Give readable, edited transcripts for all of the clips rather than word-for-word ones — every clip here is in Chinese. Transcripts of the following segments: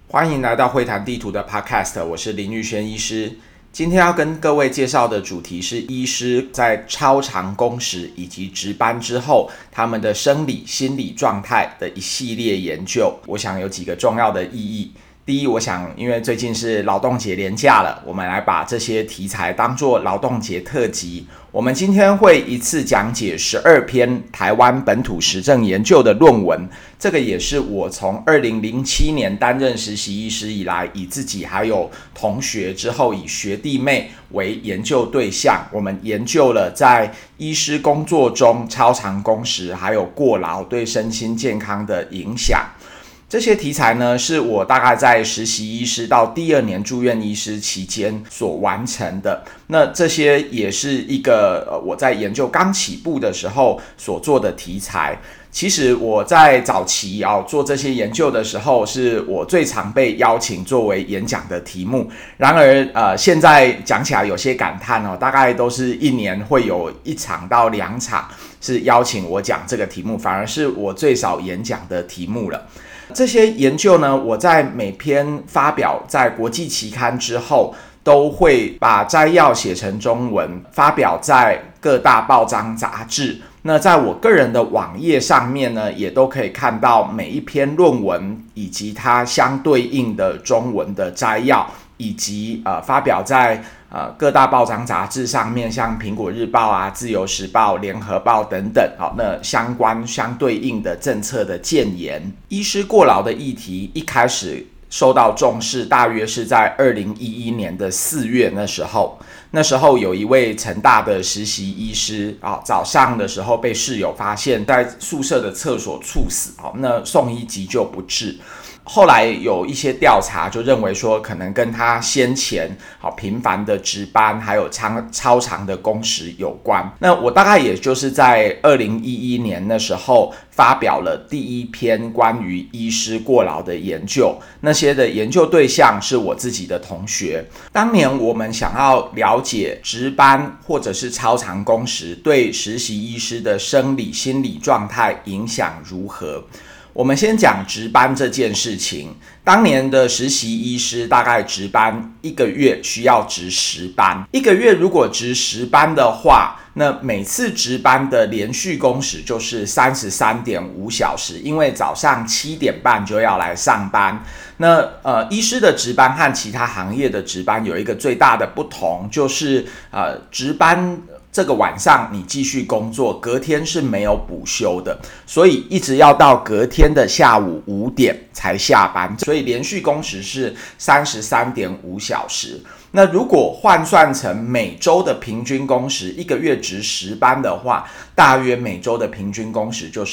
欢迎来到会谈地图的 Podcast， 我是林玉轩医师。今天要跟各位介绍的主题是医师在超长工时以及值班之后，他们的生理、心理状态的一系列研究。我想有几个重要的意义。第一，我想因为最近是劳动节连假了，我们来把这些题材当作劳动节特辑。我们今天会一次讲解12篇台湾本土实证研究的论文，这个也是我从2007年担任实习医师以来，以自己还有同学之后以学弟妹为研究对象，我们研究了在医师工作中超长工时还有过劳对身心健康的影响。这些题材呢，是我大概在实习医师到第2年住院医师期间所完成的。那这些也是一个我在研究刚起步的时候所做的题材。其实我在早期做这些研究的时候，是我最常被邀请作为演讲的题目。然而现在讲起来有些感叹大概都是1年会有1场到2场是邀请我讲这个题目，反而是我最少演讲的题目了。这些研究呢，我在每篇发表在国际期刊之后，都会把摘要写成中文，发表在各大报章杂志。那在我个人的网页上面呢，也都可以看到每一篇论文以及它相对应的中文的摘要，以及发表在各大报章杂志上面，像苹果日报自由时报、联合报等等，那相对应的政策的建言。医师过劳的议题一开始受到重视，大约是在2011年的4月那时候有一位成大的实习医师早上的时候被室友发现在宿舍的厕所猝死，那送医急救不治。后来有一些调查就认为说，可能跟他先前频繁的值班还有超长的工时有关。那我大概也就是在2011年那时候发表了第1篇关于医师过劳的研究，那些的研究对象是我自己的同学。当年我们想要了解值班或者是超长工时对实习医师的生理心理状态影响如何。我们先讲值班这件事情。当年的实习医师大概值班1个月需要值10班，1个月如果值10班的话，那每次值班的连续工时就是 33.5 小时，因为早上7点半就要来上班。那医师的值班和其他行业的值班有一个最大的不同，就是值班这个晚上你继续工作，隔天是没有补休的，所以一直要到隔天的下午5点才下班，所以连续工时是 33.5 小时。那如果换算成每周的平均工时，1个月值10班的话，大约每周的平均工时就是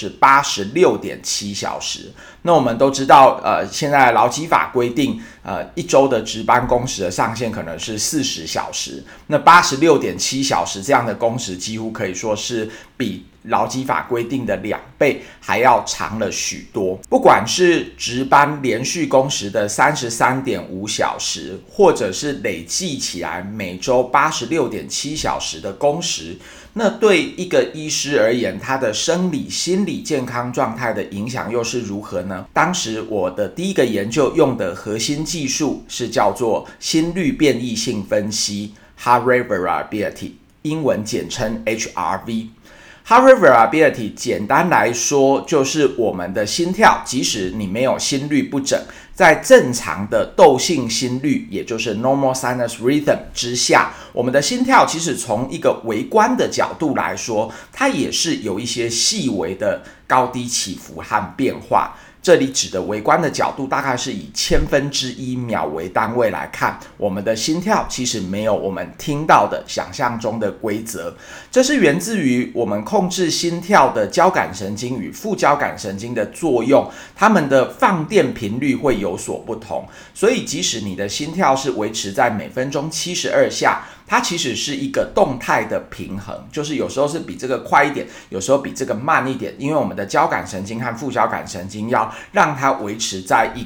86.7 小时。那我们都知道现在劳基法规定1周的值班工时的上限可能是40小时，那 86.7 小时这样的工时几乎可以说是比劳基法规定的2倍还要长了许多。不管是值班连续工时的 33.5 小时，或者是累计起来每周 86.7 小时的工时，那对一个医师而言，他的生理心理健康状态的影响又是如何呢？当时我的第一个研究用的核心技术是叫做心率变异性分析 Heart Rate Variability， 英文简称 HRV。Heart Rate Variability 简单来说就是我们的心跳，即使你没有心律不整，在正常的窦性心率，也就是 normal sinus rhythm 之下，我们的心跳其实从一个微观的角度来说，它也是有一些细微的高低起伏和变化。这里指的微观的角度大概是以1/1000秒为单位来看，我们的心跳其实没有我们听到的想象中的规则。这是源自于我们控制心跳的交感神经与副交感神经的作用，它们的放电频率会有所不同，所以即使你的心跳是维持在每分钟72下，它其实是一个动态的平衡，就是有时候是比这个快一点，有时候比这个慢一点，因为我们的交感神经和副交感神经要让它维持在一个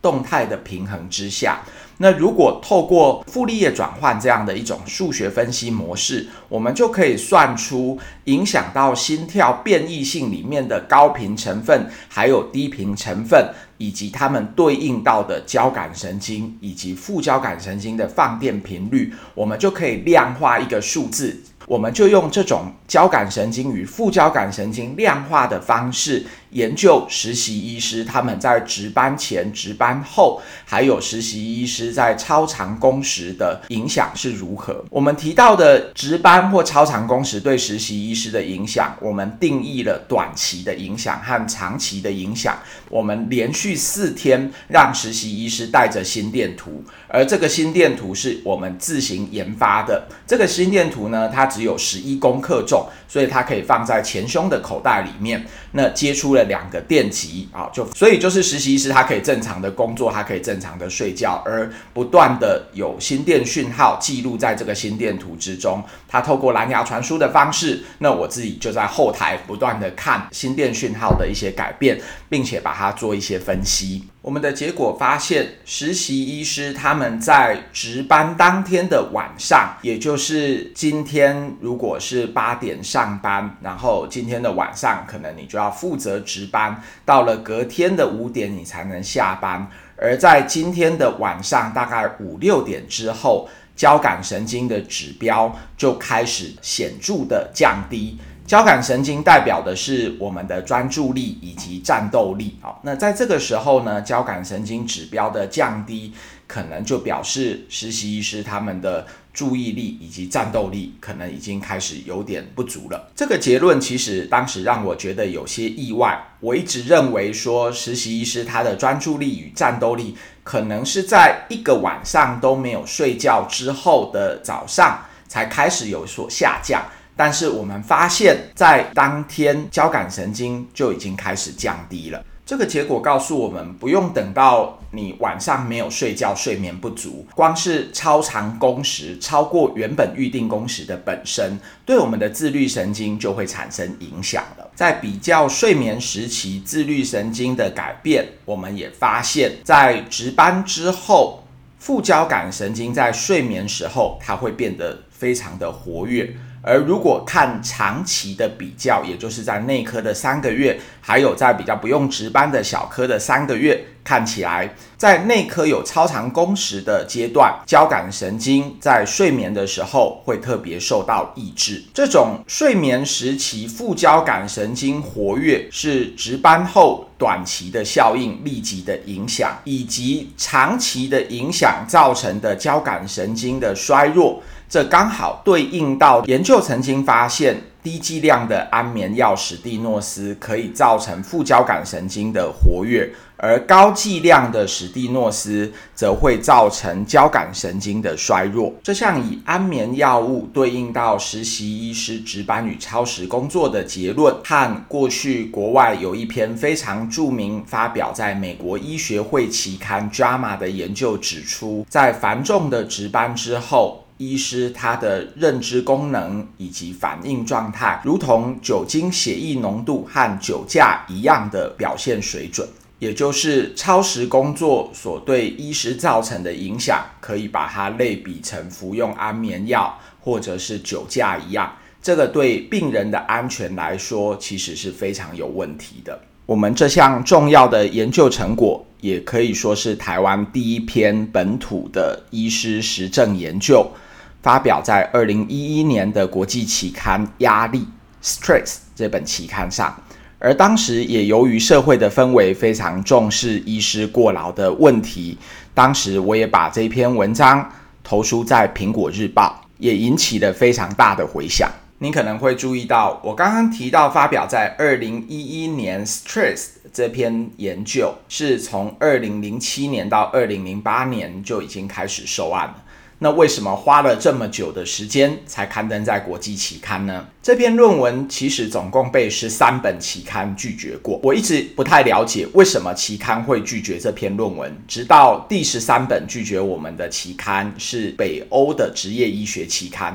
动态的平衡之下。那如果透过傅立叶转换这样的一种数学分析模式，我们就可以算出影响到心跳变异性里面的高频成分还有低频成分，以及它们对应到的交感神经以及副交感神经的放电频率，我们就可以量化一个数字。我们就用这种交感神经与副交感神经量化的方式，研究实习医师他们在值班前、值班后，还有实习医师在超长工时的影响是如何。我们提到的值班或超长工时对实习医师的影响，我们定义了短期的影响和长期的影响。我们连续4天让实习医师带着心电图，而这个心电图是我们自行研发的。这个心电图呢，它只有11公克重，所以它可以放在前胸的口袋里面。那接出了2个电极所以就是实习医师他可以正常的工作，他可以正常的睡觉，而不断的有心电讯号记录在这个心电图之中。他透过蓝牙传输的方式，那我自己就在后台不断的看心电讯号的一些改变，并且把它做一些分析。我们的结果发现，实习医师他们在值班当天的晚上，也就是今天如果是8点上班，然后今天的晚上可能你就要负责值班，到了隔天的5点你才能下班。而在今天的晚上大概5、6点之后，交感神经的指标就开始显著的降低。交感神经代表的是我们的专注力以及战斗力。那在这个时候呢，交感神经指标的降低，可能就表示实习医师他们的注意力以及战斗力可能已经开始有点不足了。这个结论其实当时让我觉得有些意外。我一直认为说，实习医师他的专注力与战斗力可能是在1个晚上都没有睡觉之后的早上才开始有所下降。但是我们发现在当天交感神经就已经开始降低了。这个结果告诉我们，不用等到你晚上没有睡觉，睡眠不足，光是超长工时，超过原本预定工时的本身，对我们的自律神经就会产生影响了。在比较睡眠时期自律神经的改变，我们也发现在值班之后，副交感神经在睡眠时候它会变得非常的活跃。而如果看长期的比较，也就是在内科的3个月，还有在比较不用值班的小科的3个月，看起来在内科有超长工时的阶段，交感神经在睡眠的时候会特别受到抑制。这种睡眠时期副交感神经活跃，是值班后短期的效应立即的影响，以及长期的影响造成的交感神经的衰弱。这刚好对应到研究曾经发现，低剂量的安眠药史蒂诺斯可以造成副交感神经的活跃，而高剂量的史蒂诺斯则会造成交感神经的衰弱。这项以安眠药物对应到实习医师值班与超时工作的结论，和过去国外有一篇非常著名发表在美国医学会期刊 JAMA 的研究指出，在繁重的值班之后，医师他的认知功能以及反应状态，如同酒精血液浓度和酒驾一样的表现水准，也就是超时工作所对医师造成的影响，可以把它类比成服用安眠药或者是酒驾一样。这个对病人的安全来说，其实是非常有问题的。我们这项重要的研究成果，也可以说是台湾第一篇本土的医师实证研究，发表在2011年的国际期刊《压力》Stress 这本期刊上。而当时也由于社会的氛围非常重视医师过劳的问题，当时我也把这篇文章投书在苹果日报，也引起了非常大的回响。你可能会注意到，我刚刚提到发表在2011年 Stress 这篇研究，是从2007年到2008年就已经开始受案了。那为什么花了这么久的时间才刊登在国际期刊呢？这篇论文其实总共被13本期刊拒绝过。我一直不太了解为什么期刊会拒绝这篇论文，直到第13本拒绝我们的期刊是北欧的职业医学期刊。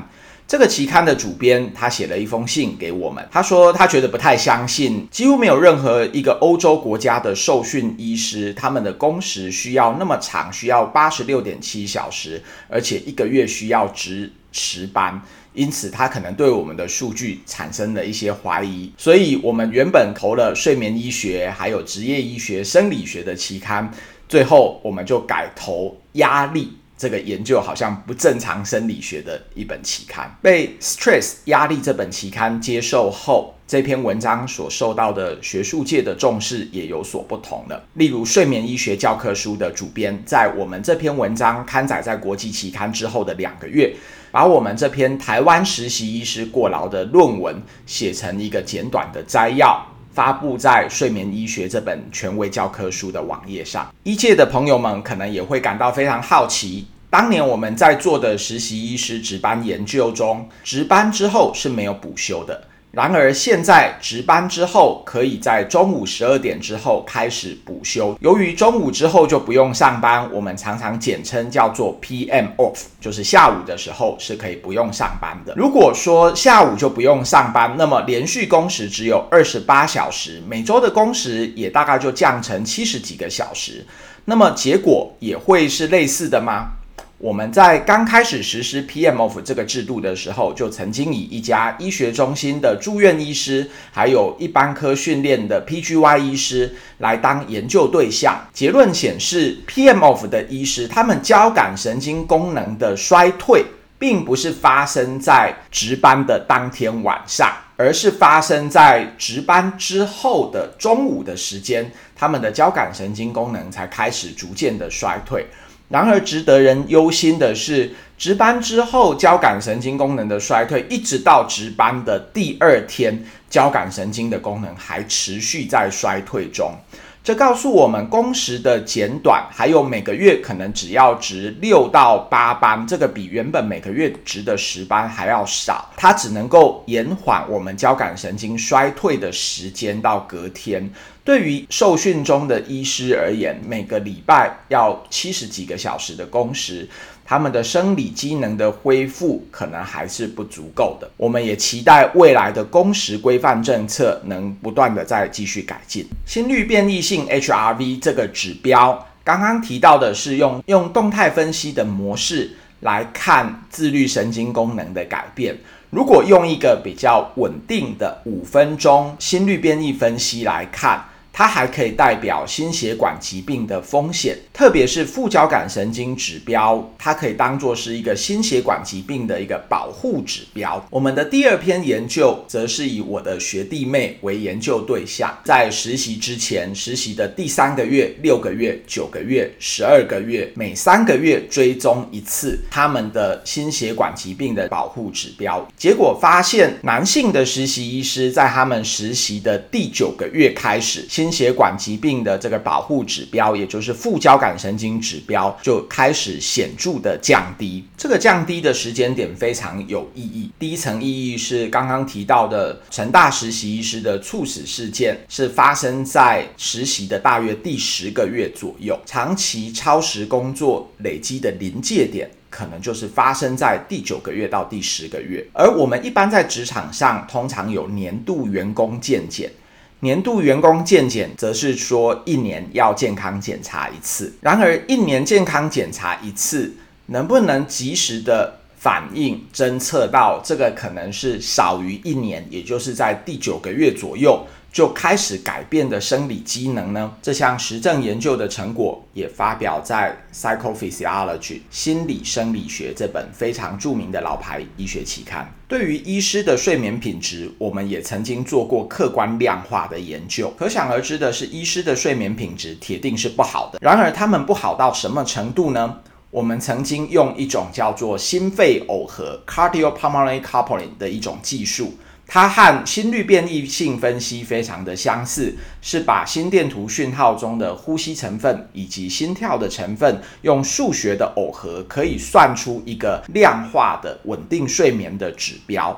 这个期刊的主编他写了一封信给我们，他说他觉得不太相信，几乎没有任何一个欧洲国家的受训医师，他们的工时需要那么长，需要86.7小时，而且一个月需要值10班。因此他可能对我们的数据产生了一些怀疑，所以我们原本投了睡眠医学还有职业医学生理学的期刊，最后我们就改投压力这个研究好像不正常生理学的一本期刊。被 Stress 压力这本期刊接受后，这篇文章所受到的学术界的重视也有所不同了。例如睡眠医学教科书的主编在我们这篇文章刊载在国际期刊之后的2个月，把我们这篇台湾实习医师过劳的论文写成一个简短的摘要，发布在睡眠医学这本权威教科书的网页上。医界的朋友们可能也会感到非常好奇，当年我们在做的实习医师值班研究中，值班之后是没有补休的。然而现在值班之后可以在中午12点之后开始补休，由于中午之后就不用上班，我们常常简称叫做 PM off， 就是下午的时候是可以不用上班的。如果说下午就不用上班，那么连续工时只有28小时，每周的工时也大概就降成70几个小时，那么结果也会是类似的吗？我们在刚开始实施 PMOF 这个制度的时候，就曾经以一家医学中心的住院医师，还有一般科训练的 PGY 医师来当研究对象。结论显示 PMOF 的医师，他们交感神经功能的衰退并不是发生在值班的当天晚上，而是发生在值班之后的中午的时间，他们的交感神经功能才开始逐渐的衰退。然而值得人忧心的是，值班之后交感神经功能的衰退，一直到值班的第2天，交感神经的功能还持续在衰退中。这告诉我们工时的减短，还有每个月可能只要值6到8班，这个比原本每个月值的10班还要少，它只能够延缓我们交感神经衰退的时间到隔天。对于受训中的医师而言，每个礼拜要70几个小时的工时，他们的生理机能的恢复可能还是不足够的。我们也期待未来的工时规范政策能不断的再继续改进。心率变异性 HRV 这个指标，刚刚提到的是用动态分析的模式来看自律神经功能的改变。如果用一个比较稳定的5分钟心率变异分析来看，它还可以代表心血管疾病的风险，特别是副交感神经指标，它可以当作是一个心血管疾病的一个保护指标。我们的第2篇研究则是以我的学弟妹为研究对象，在实习之前，实习的第3个月、6个月、9个月、12个月，每3个月追踪一次他们的心血管疾病的保护指标。结果发现，男性的实习医师在他们实习的第9个月开始，心血管疾病的这个保护指标，也就是副交感神经指标，就开始显著的降低。这个降低的时间点非常有意义。第一层意义是刚刚提到的成大实习医师的猝死事件，是发生在实习的大约第10个月左右。长期超时工作累积的临界点，可能就是发生在第9个月到第10个月。而我们一般在职场上通常有年度员工健检，年度员工健检则是说1年要健康检查1次。然而1年健康检查1次能不能及时的反映侦测到这个可能是少于1年，也就是在第9个月左右就开始改变的生理机能呢？这项实证研究的成果也发表在 Psychophysiology 心理生理学这本非常著名的老牌医学期刊。对于医师的睡眠品质，我们也曾经做过客观量化的研究。可想而知的是，医师的睡眠品质铁定是不好的。然而他们不好到什么程度呢？我们曾经用一种叫做心肺耦合 Cardiopulmonary Coupling 的一种技术，它和心率变异性分析非常的相似，是把心电图讯号中的呼吸成分以及心跳的成分用数学的耦合，可以算出一个量化的稳定睡眠的指标。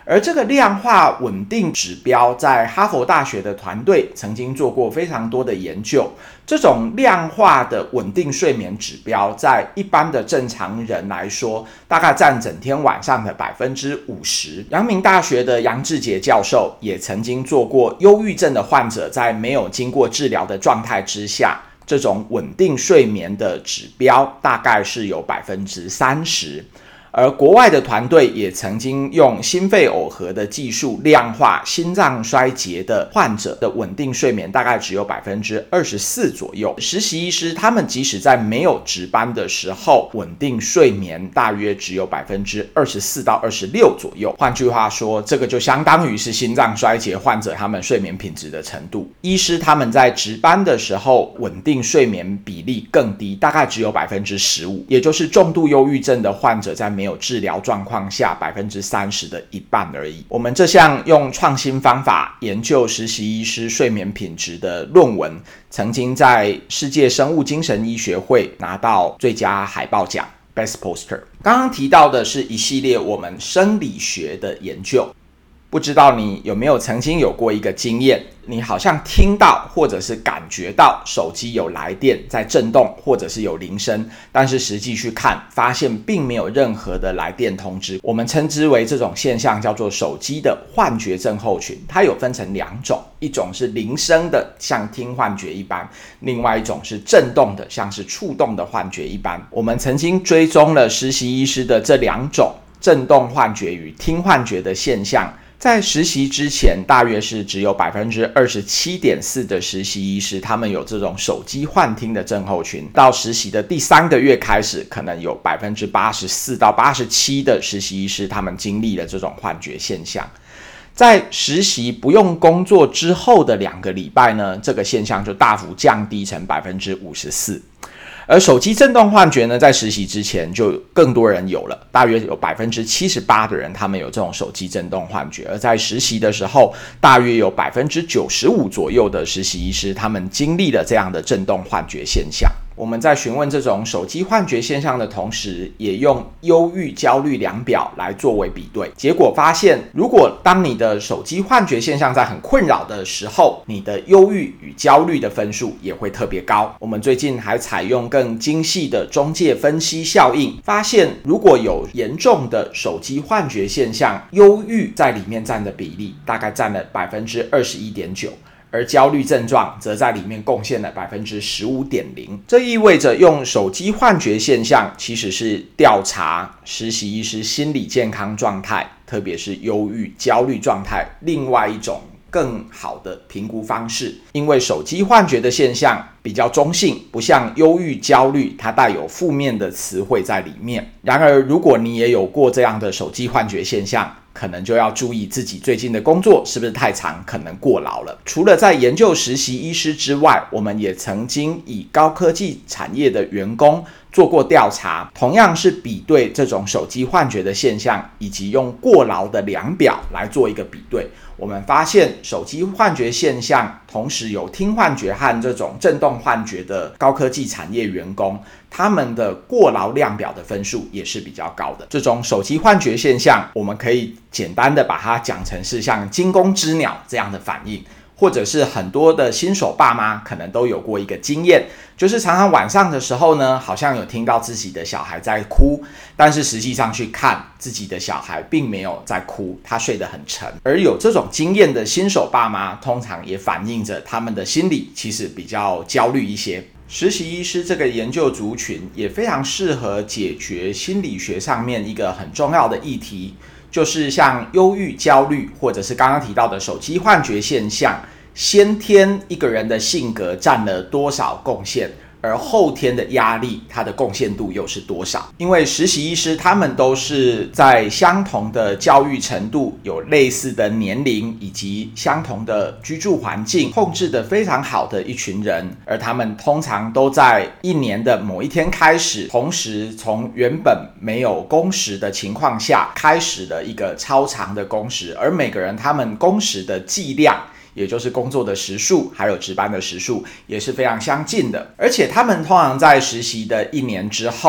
而这个量化稳定指标在哈佛大学的团队曾经做过非常多的研究，这种量化的稳定睡眠指标在一般的正常人来说大概占整天晚上的 50%。 阳明大学的杨志杰教授也曾经做过忧郁症的患者在没有经过治疗的状态之下，这种稳定睡眠的指标大概是有 30%。而国外的团队也曾经用心肺耦合的技术量化心脏衰竭的患者的稳定睡眠大概只有 24% 左右。实习医师他们即使在没有值班的时候，稳定睡眠大约只有 24% 到26% 左右。换句话说，这个就相当于是心脏衰竭患者他们睡眠品质的程度。医师他们在值班的时候稳定睡眠比例更低，大概只有 15%， 也就是重度忧郁症的患者在没有治疗状况下 30% 的一半而已。我们这项用创新方法研究实习医师睡眠品质的论文，曾经在世界生物精神医学会拿到最佳海报奖 Best Poster。 刚刚提到的是一系列我们生理学的研究，不知道你有没有曾经有过一个经验，你好像听到或者是感觉到手机有来电在震动，或者是有铃声，但是实际去看发现并没有任何的来电通知。我们称之为这种现象叫做手机的幻觉症候群。它有分成两种，一种是铃声的像听幻觉一般，另外一种是震动的像是触动的幻觉一般。我们曾经追踪了实习医师的这两种震动幻觉与听幻觉的现象。在实习之前，大约是只有 27.4% 的实习医师他们有这种手机幻听的症候群，到实习的第3个月开始，可能有 84% 到 87% 的实习医师他们经历了这种幻觉现象。在实习不用工作之后的2个礼拜呢，这个现象就大幅降低成 54%。而手机震动幻觉呢，在实习之前就更多人有了，大约有 78% 的人他们有这种手机震动幻觉，而在实习的时候，大约有 95% 左右的实习医师他们经历了这样的震动幻觉现象。我们在询问这种手机幻觉现象的同时，也用忧郁焦虑量表来作为比对，结果发现，如果当你的手机幻觉现象在很困扰的时候，你的忧郁与焦虑的分数也会特别高。我们最近还采用更精细的中介分析效应，发现如果有严重的手机幻觉现象，忧郁在里面占的比例大概占了 21.9%，而焦虑症状则在里面贡献了 15.0%。 这意味着用手机幻觉现象其实是调查实习医师心理健康状态，特别是忧郁焦虑状态另外一种更好的评估方式。因为手机幻觉的现象比较中性，不像忧郁焦虑它带有负面的词汇在里面。然而如果你也有过这样的手机幻觉现象，可能就要注意自己最近的工作是不是太长，可能过劳了。除了在研究实习医师之外，我们也曾经以高科技产业的员工做过调查，同样是比对这种手机幻觉的现象，以及用过劳的量表来做一个比对。我们发现手机幻觉现象同时有听幻觉和这种震动幻觉的高科技产业员工，他们的过劳量表的分数也是比较高的。这种手机幻觉现象，我们可以简单的把它讲成是像惊弓之鸟这样的反应，或者是很多的新手爸妈可能都有过一个经验，就是常常晚上的时候呢，好像有听到自己的小孩在哭，但是实际上去看自己的小孩并没有在哭，他睡得很沉。而有这种经验的新手爸妈，通常也反映着他们的心理其实比较焦虑一些。实习医师这个研究族群也非常适合解决心理学上面一个很重要的议题，就是像忧郁焦虑或者是刚刚提到的手机幻觉现象，先天一个人的性格占了多少贡献，而后天的压力它的贡献度又是多少。因为实习医师他们都是在相同的教育程度，有类似的年龄以及相同的居住环境，控制得非常好的一群人，而他们通常都在一年的某一天开始，同时从原本没有工时的情况下开始了一个超长的工时，而每个人他们工时的剂量，也就是工作的时数还有值班的时数也是非常相近的。而且他们通常在实习的1年之后，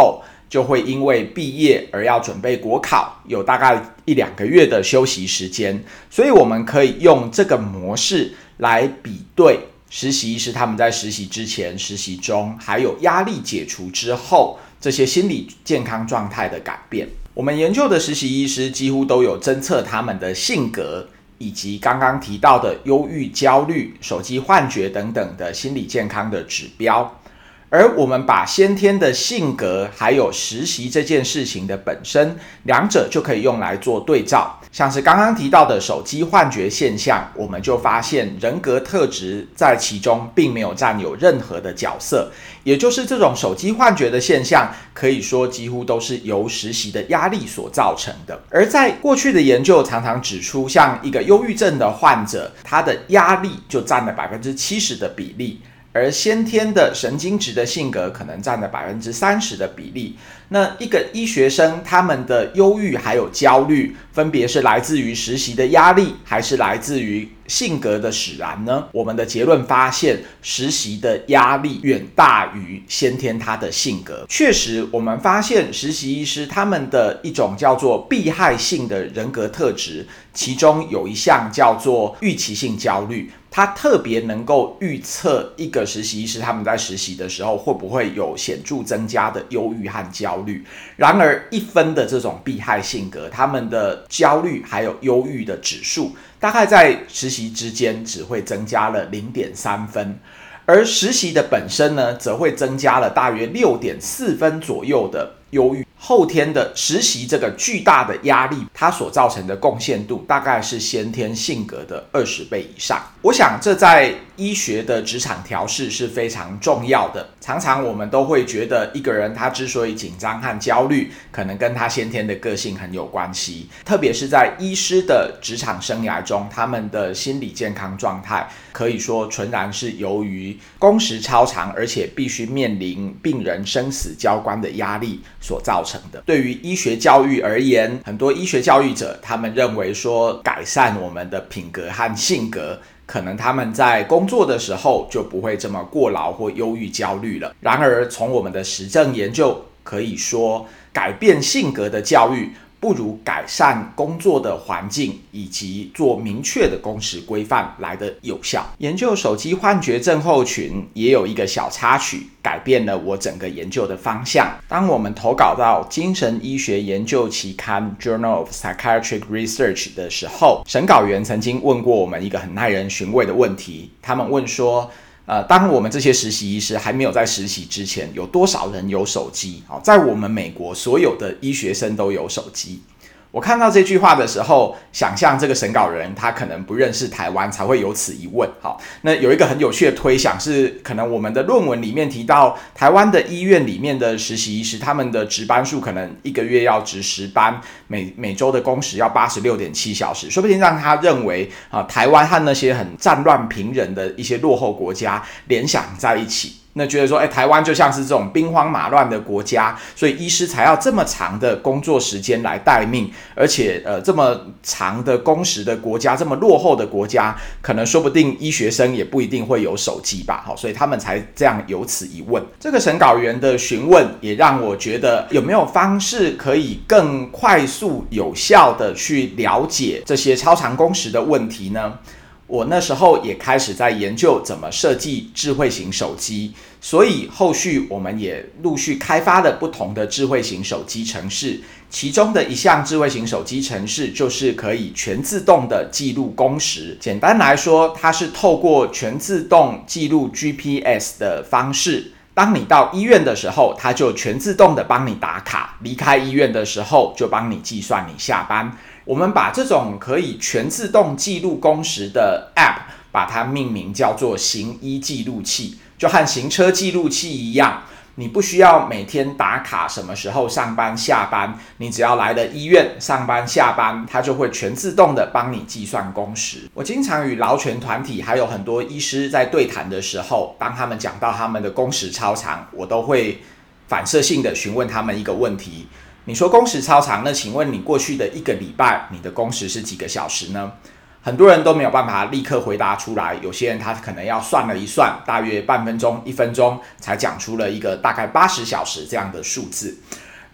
就会因为毕业而要准备国考，有大概1-2个月的休息时间，所以我们可以用这个模式来比对实习医师他们在实习之前、实习中，还有压力解除之后，这些心理健康状态的改变。我们研究的实习医师几乎都有侦测他们的性格，以及刚刚提到的忧郁、焦虑、手机幻觉等等的心理健康的指标。而我们把先天的性格还有实习这件事情的本身，两者就可以用来做对照。像是刚刚提到的手机幻觉现象，我们就发现人格特质在其中并没有占有任何的角色，也就是这种手机幻觉的现象，可以说几乎都是由实习的压力所造成的。而在过去的研究常常指出，像一个忧郁症的患者，他的压力就占了70%的比例，而先天的神经质的性格可能占了30%的比例。那一个医学生他们的忧郁还有焦虑，分别是来自于实习的压力，还是来自于性格的使然呢？我们的结论发现，实习的压力远大于先天他的性格。确实，我们发现实习医师他们的一种叫做避害性的人格特质，其中有一项叫做预期性焦虑。他特别能够预测一个实习医师他们在实习的时候会不会有显著增加的忧郁和焦虑。然而1分的这种避害性格，他们的焦虑还有忧郁的指数大概在实习之间只会增加了0.3分，而实习的本身呢，则会增加了大约6.4分左右的忧郁。后天的实习这个巨大的压力，它所造成的贡献度大概是先天性格的20倍以上。我想这在医学的职场调试是非常重要的。常常我们都会觉得一个人他之所以紧张和焦虑，可能跟他先天的个性很有关系，特别是在医师的职场生涯中，他们的心理健康状态可以说纯然是由于工时超长，而且必须面临病人生死交关的压力所造成的。对于医学教育而言，很多医学教育者他们认为说，改善我们的品格和性格，可能他们在工作的时候就不会这么过劳或忧郁焦虑了。然而从我们的实证研究可以说，改变性格的教育不如改善工作的环境以及做明确的工时规范来得有效。研究手机幻觉症候群也有一个小插曲，改变了我整个研究的方向。当我们投稿到精神医学研究期刊 Journal of Psychiatric Research 的时候，审稿员曾经问过我们一个很耐人寻味的问题。他们问说，当我们这些实习医师还没有在实习之前，有多少人有手机？在我们美国，所有的医学生都有手机。我看到这句话的时候，想象这个审稿人他可能不认识台湾，才会有此一问。好，那有一个很有趣的推想是，可能我们的论文里面提到，台湾的医院里面的实习医师，他们的值班数可能1个月要值10班，每周的工时要86.7小时，说不定让他认为台湾和那些很战乱贫人的一些落后国家联想在一起。那觉得说，台湾就像是这种兵荒马乱的国家，所以医师才要这么长的工作时间来待命，而且这么长的工时的国家，这么落后的国家，可能说不定医学生也不一定会有手机吧，所以他们才这样有此一问。这个审稿员的询问也让我觉得，有没有方式可以更快速有效的去了解这些超长工时的问题呢？我那时候也开始在研究怎么设计智慧型手机，所以后续我们也陆续开发了不同的智慧型手机程式，其中的一项智慧型手机程式就是可以全自动的记录工时。简单来说，它是透过全自动记录 GPS 的方式，当你到医院的时候，它就全自动的帮你打卡，离开医院的时候就帮你计算你下班。我们把这种可以全自动记录工时的 App 把它命名叫做行医记录器，就和行车记录器一样，你不需要每天打卡什么时候上班下班，你只要来了医院上班下班，它就会全自动的帮你计算工时。我经常与劳权团体还有很多医师在对谈的时候，当他们讲到他们的工时超长，我都会反射性的询问他们一个问题，你说工时超长，那请问你过去的1个礼拜，你的工时是几个小时呢？很多人都没有办法立刻回答出来，有些人他可能要算了一算，大约半分钟、1分钟才讲出了一个大概80小时这样的数字。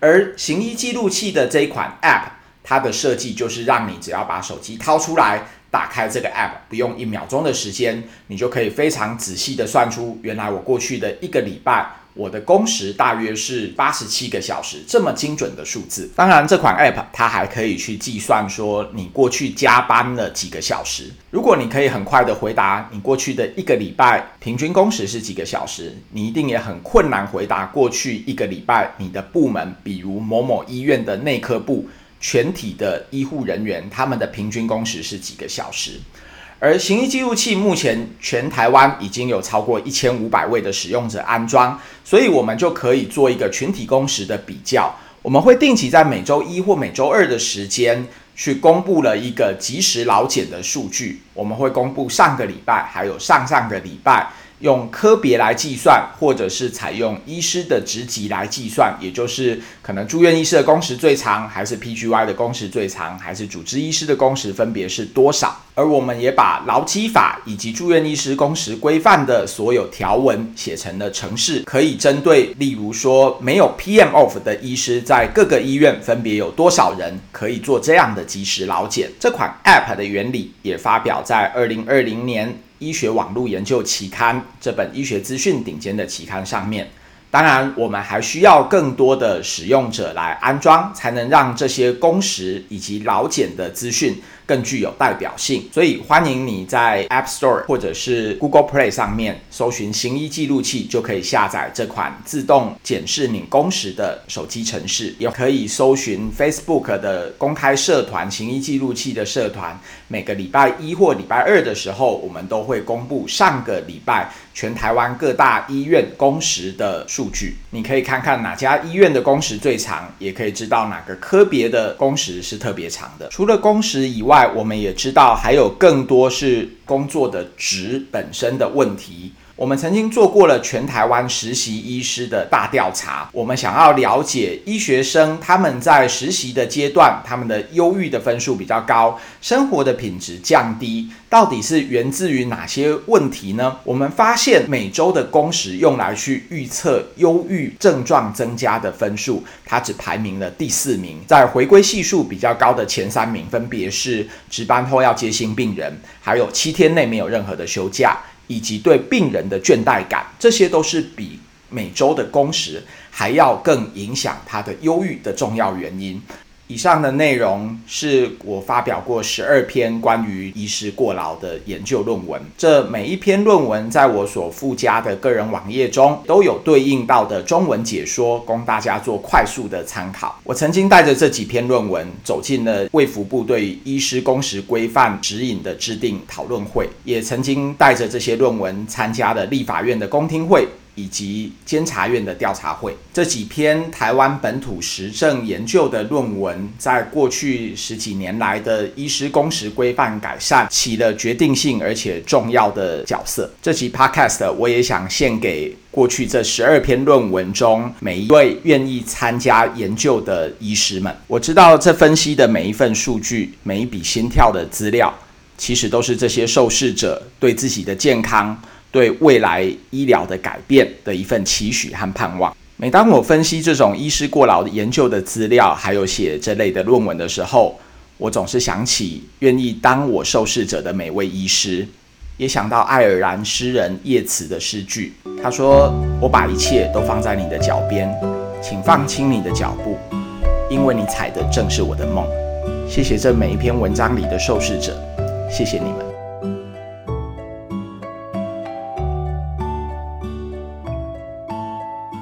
而行医记录器的这一款 App， 它的设计就是让你只要把手机掏出来，打开这个 App， 不用1秒钟的时间，你就可以非常仔细的算出，原来我过去的1个礼拜，我的工时大约是87个小时，这么精准的数字。当然，这款 App 它还可以去计算说你过去加班了几个小时。如果你可以很快的回答你过去的1个礼拜平均工时是几个小时，你一定也很困难回答过去1个礼拜你的部门，比如某某医院的内科部全体的医护人员，他们的平均工时是几个小时。而行医记录器目前全台湾已经有超过1500位的使用者安装，所以我们就可以做一个群体工时的比较。我们会定期在每周1或每周2的时间去公布了一个即时劳检的数据，我们会公布上个礼拜还有上上个礼拜，用科别来计算，或者是采用医师的职级来计算，也就是可能住院医师的工时最长，还是 PGY 的工时最长，还是主治医师的工时分别是多少。而我们也把劳基法以及住院医师工时规范的所有条文写成了程式，可以针对例如说没有 PM off 的医师在各个医院分别有多少人可以做这样的即时劳检。这款 App 的原理也发表在2020年医学网络研究期刊这本医学资讯顶尖的期刊上面。当然，我们还需要更多的使用者来安装，才能让这些工时以及劳检的资讯更具有代表性。所以欢迎你在 App Store 或者是 Google Play 上面搜寻行医记录器，就可以下载这款自动检视你工时的手机程式。也可以搜寻 Facebook 的公开社团行医记录器的社团，每个礼拜1或礼拜2的时候，我们都会公布上个礼拜全台湾各大医院工时的数据。你可以看看哪家医院的工时最长，也可以知道哪个科别的工时是特别长的。除了工时以外，我们也知道还有更多是工作的职本身的问题。我们曾经做过了全台湾实习医师的大调查，我们想要了解医学生他们在实习的阶段，他们的忧郁的分数比较高，生活的品质降低，到底是源自于哪些问题呢？我们发现每周的工时用来去预测忧郁症状增加的分数，它只排名了第4名，在回归系数比较高的前3名分别是值班后要接新病人，还有7天内没有任何的休假，以及对病人的倦怠感，这些都是比每周的工时还要更影响他的忧郁的重要原因。以上的内容是我发表过12篇关于医师过劳的研究论文，这每一篇论文在我所附加的个人网页中都有对应到的中文解说，供大家做快速的参考。我曾经带着这几篇论文走进了卫福部对于医师工时规范指引的制定讨论会，也曾经带着这些论文参加了立法院的公听会以及监察院的调查会。这几篇台湾本土实证研究的论文，在过去10几年来的医师工时规范改善起了决定性而且重要的角色。这集 Podcast 我也想献给过去这12篇论文中每一位愿意参加研究的医师们。我知道这分析的每一份数据，每一笔心跳的资料，其实都是这些受试者对自己的健康，对未来医疗的改变的一份期许和盼望。每当我分析这种医师过劳的研究的资料，还有写这类的论文的时候，我总是想起愿意当我受试者的每位医师，也想到爱尔兰诗人叶慈的诗句。他说：“我把一切都放在你的脚边，请放轻你的脚步，因为你踩的正是我的梦。”谢谢这每一篇文章里的受试者，谢谢你们。